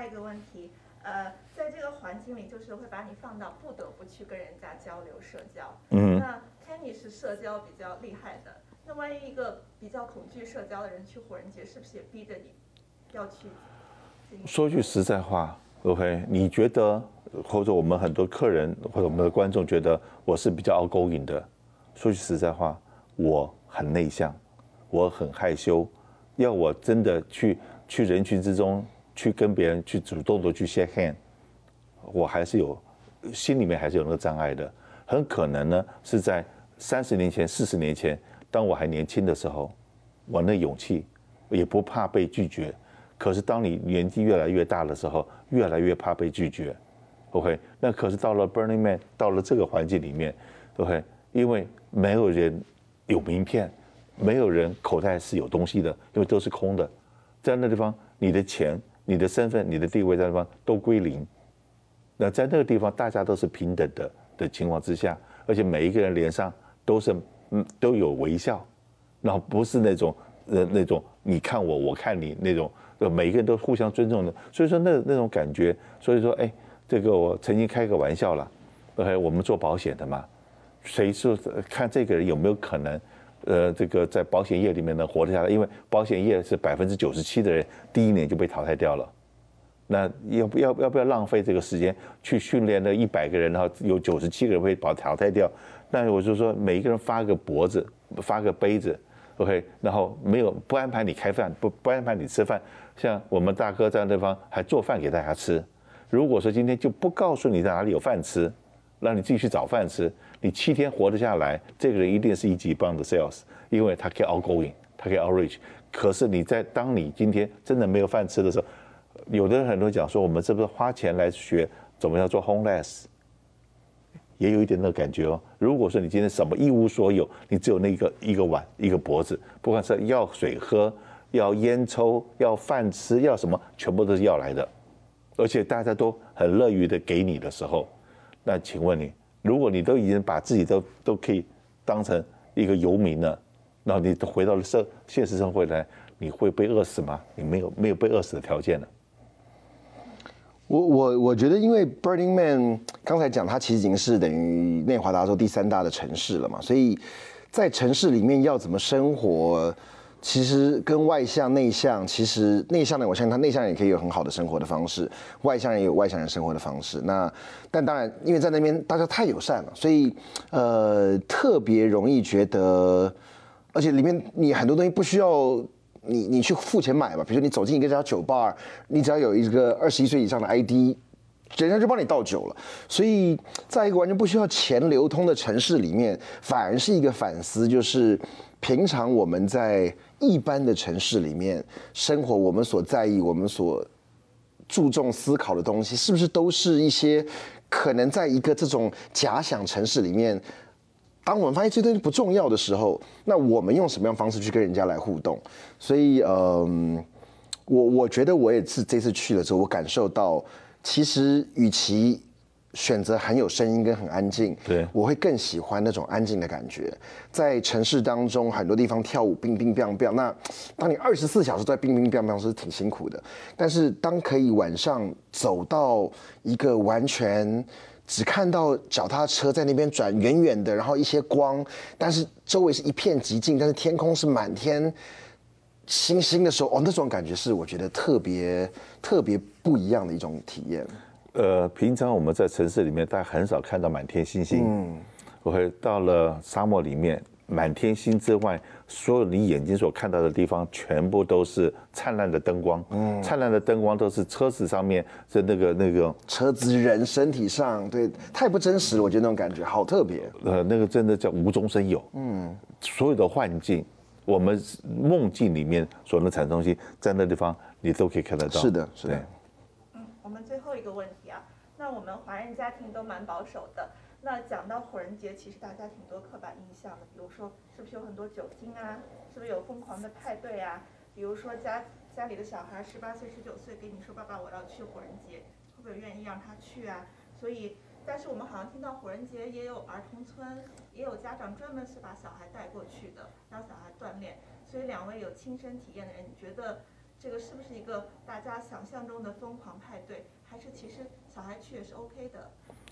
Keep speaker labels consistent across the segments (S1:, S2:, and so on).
S1: 一个问题，在这个环境里，就是会把你放到不得不去跟人家交流社交。那 Kenny 是社交比较厉害的，那万一一个比较恐惧社交的人去火人节，是不是也逼着你要去？
S2: 说句实在话 ，OK， 你觉得或者我们很多客人或者我们的观众觉得我是比较 outgoing 的，说句实在话，我很内向，我很害羞，要我真的去人群之中去跟别人去主动的去 shake hand， 我还是有心里面还是有那个障碍的。很可能呢是在30年前、40年前，当我还年轻的时候，我那勇气也不怕被拒绝。可是当你年纪越来越大的时候，越来越怕被拒绝 ，OK？ 那可是到了 Burning Man， 到了这个环境里面 ，OK？ 因为没有人有名片，没有人口袋是有东西的，因为都是空的。在那地方，你的钱、你的身份、你的地位在那地方都归零。那在那个地方，大家都是平等的情况之下，而且每一个人脸上都有微笑，然后不是那种你看我，我看你那种。每一个人都互相尊重的，所以说那种感觉，所以说，这个我曾经开个玩笑啦 ，OK， 我们做保险的嘛，谁说看这个人有没有可能，这个在保险业里面能活得下来？因为保险业是97%的人第一年就被淘汰掉了，那要不要浪费这个时间去训练那100个人，然后有97个人会把淘汰掉？那我就说每一个人发个脖子，发个杯子。OK， 然后不安排你开饭，不安排你吃饭，像我们大哥在那地方还做饭给大家吃。如果说今天就不告诉你在哪里有饭吃，让你自己去找饭吃，你7天活得下来，这个人一定是1级棒的 sales， 因为他可以 outgoing， 他可以 outreach。可是当你今天真的没有饭吃的时候，有的人很多讲说，我们是不是花钱来学怎么样做 homeless？也有一点那个感觉哦。如果说你今天什么一无所有，你只有那一个碗一个脖子，不管是要水喝、要烟抽、要饭吃、要什么，全部都是要来的，而且大家都很乐于的给你的时候，那请问你，如果你都已经把自己都可以当成一个游民了，然后你回到了现实生活来，你会被饿死吗？你没有被饿死的条件了。
S3: 我觉得，因为 Burning Man 刚才讲，它其实已经是等于内华达州第3大的城市了嘛，所以在城市里面要怎么生活，其实跟外向内向，其实内向的我相信他内向人也可以有很好的生活的方式，外向人也有外向人生活的方式。但当然，因为在那边大家太友善了，所以特别容易觉得，而且里面你很多东西不需要。你去付钱买吧，比如说你走进一个家酒吧，你只要有一个21岁以上的 ID， 人家就帮你倒酒了。所以在一个完全不需要钱流通的城市里面，反而是一个反思，就是平常我们在一般的城市里面生活，我们所在意、我们所注重思考的东西，是不是都是一些可能在一个这种假想城市里面。当我们发现这东西不重要的时候，那我们用什么样的方式去跟人家来互动？所以，我觉得我也是这次去了之后，我感受到，其实与其选择很有声音跟很安静，
S2: 对，
S3: 我会更喜欢那种安静的感觉。在城市当中，很多地方跳舞冰冰冰冰，那当你24小时在冰冰冰冰是挺辛苦的。但是当可以晚上走到一个完全。只看到脚踏车在那边转，远远的，然后一些光，但是周围是一片寂静，但是天空是满天星星的时候，那种感觉是我觉得特别不一样的一种体验。
S2: 平常我们在城市里面，大家很少看到满天星星。我会到了沙漠里面，满天星之外，所有你眼睛所看到的地方，全部都是灿烂的灯光。灿烂的灯光都是车子上面是那个
S3: 车子人身体上，对，太不真实了，我觉得那种感觉好特别。
S2: 那个真的叫无中生有。所有的幻境，我们梦境里面所能产生东西，在那地方你都可以看得到。
S3: 是的，是的。
S1: 我们最后一个问题啊，那我们华人家庭都蛮保守的。那讲到火人节，其实大家挺多刻板印象的，比如说是不是有很多酒精啊，是不是有疯狂的派对啊？比如说家里的小孩18岁、19岁跟你说爸爸我要去火人节，会不会愿意让他去啊？所以，但是我们好像听到火人节也有儿童村，也有家长专门是把小孩带过去的，让小孩锻炼。所以2位有亲身体验的人，你觉得这个是不是一个大家想象中的疯狂派对，还是其实小孩去也是 OK 的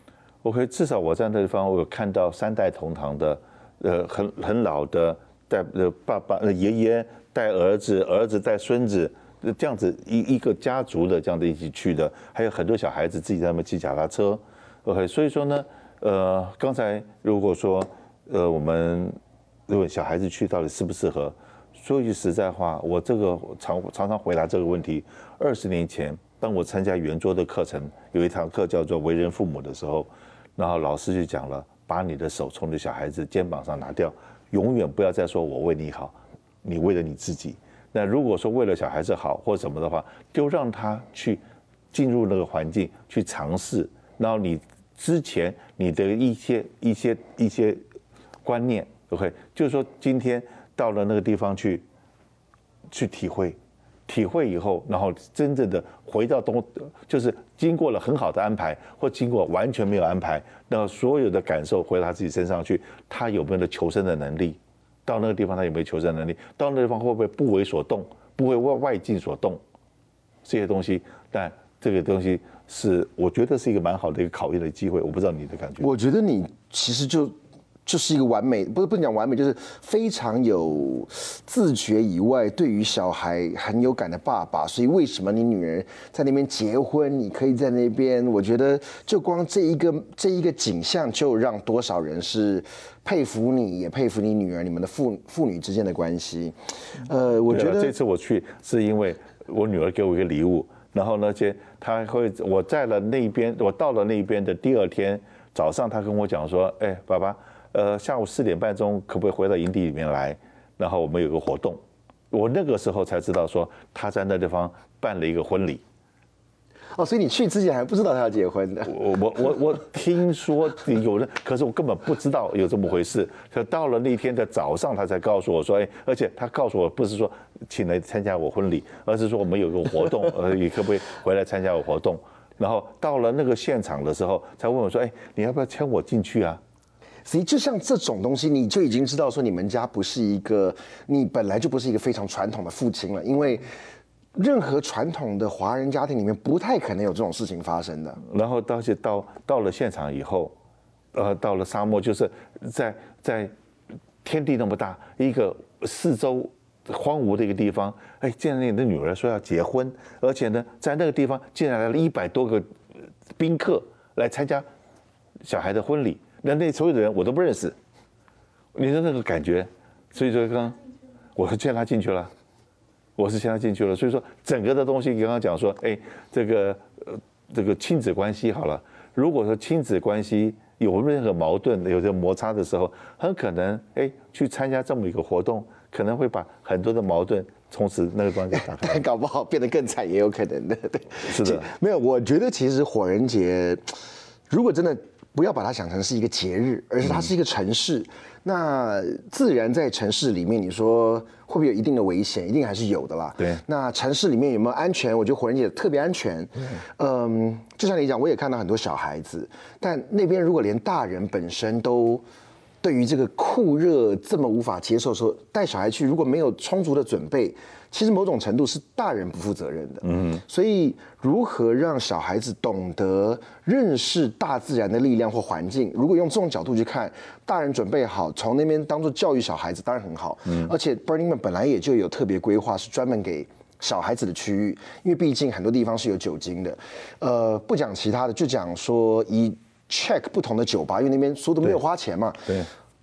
S2: ？OK， 至少我在那地方，我有看到3代同堂的，很老的带爸爸爷爷带儿子，儿子带孙子，这样子一个家族的这样的一起去的，还有很多小孩子自己在那边骑脚踏车。OK， 所以说呢，刚才如果说我们如果小孩子去到底适不适合？说一句实在话，我这个常常回答这个问题。20年前，当我参加圆桌的课程，有一堂课叫做为人父母的时候，然后老师就讲了，把你的手从你小孩子肩膀上拿掉，永远不要再说我为你好，你为了你自己。那如果说为了小孩子好或什么的话，就让他去进入那个环境去尝试，然后你之前你的一些观念 ，OK， 就是说今天到了那个地方去体会以后，然后真正的回到就是经过了很好的安排，或经过完全没有安排，那所有的感受回到他自己身上去，他有没有求生的能力？到那个地方他有没有求生能力？到那个地方会不会不为所动，不会为外境所动？这些东西，但这个东西是我觉得是一个蛮好的一个考验的机会。我不知道你的感觉。
S3: 我觉得你其实就是一个完美，不能讲完美，就是非常有自觉以外，对于小孩很有感的爸爸。所以为什么你女儿在那边结婚，你可以在那边？我觉得就光这一个景象，就让多少人是佩服你，也佩服你女儿，你们的父女之间的关系。我觉得
S2: 这次我去是因为我女儿给我一个礼物，然后呢，我在了那边，我到了那边的第2天早上，她跟我讲说，哎，爸爸。下午4点半钟可不可以回到营地里面来？然后我们有个活动，我那个时候才知道说他在那地方办了一个婚礼。
S3: 哦，所以你去之前还不知道他要结婚的。
S2: 我听说有人，可是我根本不知道有这么回事。可到了那天的早上，他才告诉我说，哎，而且他告诉我不是说请来参加我婚礼，而是说我们有个活动，你可不可以回来参加我活动？然后到了那个现场的时候，才问我说，哎，你要不要牵我进去啊？
S3: 所以就像这种东西，你就已经知道说你们家不是一个，你本来就不是一个非常传统的父亲了，因为任何传统的华人家庭里面不太可能有这种事情发生的。
S2: 然后到了现场以后，到了沙漠，就是在天地那么大一个四周荒芜的一个地方，哎，竟然你的女儿说要结婚，而且呢，在那个地方竟然来了100多个宾客来参加小孩的婚礼。那所有的人我都不认识，你的那个感觉，所以说我是牵他进去了，所以说整个的东西刚刚讲说，哎，这个亲子关系好了，如果说亲子关系有任何矛盾、有这摩擦的时候，很可能哎去参加这么一个活动，可能会把很多的矛盾从此那个关系打开，
S3: 搞不好变得更惨也有可能的。对，
S2: 是的，
S3: 没有，我觉得其实火人节，如果真的不要把它想成是一个节日，而是它是一个城市。那自然在城市里面，你说会不会有一定的危险？一定还是有的啦。
S2: 对。
S3: 那城市里面有没有安全？我觉得火人节特别安全。就像你讲，我也看到很多小孩子，但那边如果连大人本身都对于这个酷热这么无法接受的时候，带小孩去如果没有充足的准备，其实某种程度是大人不负责任的。所以如何让小孩子懂得认识大自然的力量或环境，如果用这种角度去看，大人准备好从那边当做教育小孩子，当然很好。而且 Burning Man 本来也就有特别规划，是专门给小孩子的区域，因为毕竟很多地方是有酒精的。不讲其他的，就讲说以 check 不同的酒吧，因为那边所有都没有花钱嘛。
S2: 对。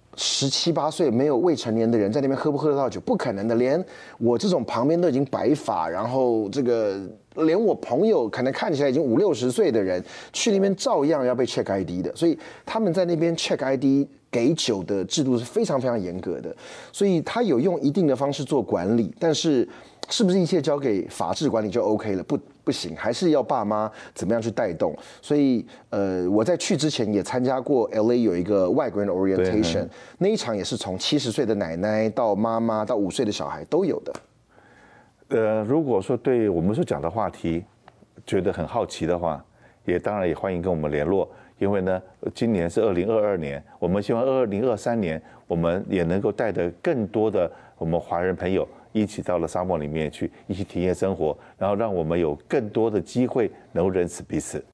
S3: 17、18岁没有未成年的人在那边喝不喝得到酒？不可能的，连我这种旁边都已经白发，然后这个连我朋友可能看起来已经50、60岁的人去那边照样要被 check ID 的，所以他们在那边 check ID 给酒的制度是非常非常严格的，所以他有用一定的方式做管理，但是是不是一切交给法治管理就 OK 了？不行，还是要爸妈怎么样去带动。所以我在去之前也参加过 LA 有一个外国人的 orientation，那一场也是从70岁的奶奶到妈妈到5岁的小孩都有的。
S2: 如果说对我们所讲的话题觉得很好奇的话，当然也欢迎跟我们联络。因为呢，今年是2022年，我们希望2023年我们也能够带着更多的我们华人朋友一起到了沙漠里面去，一起体验生活，然后让我们有更多的机会能够认识彼此。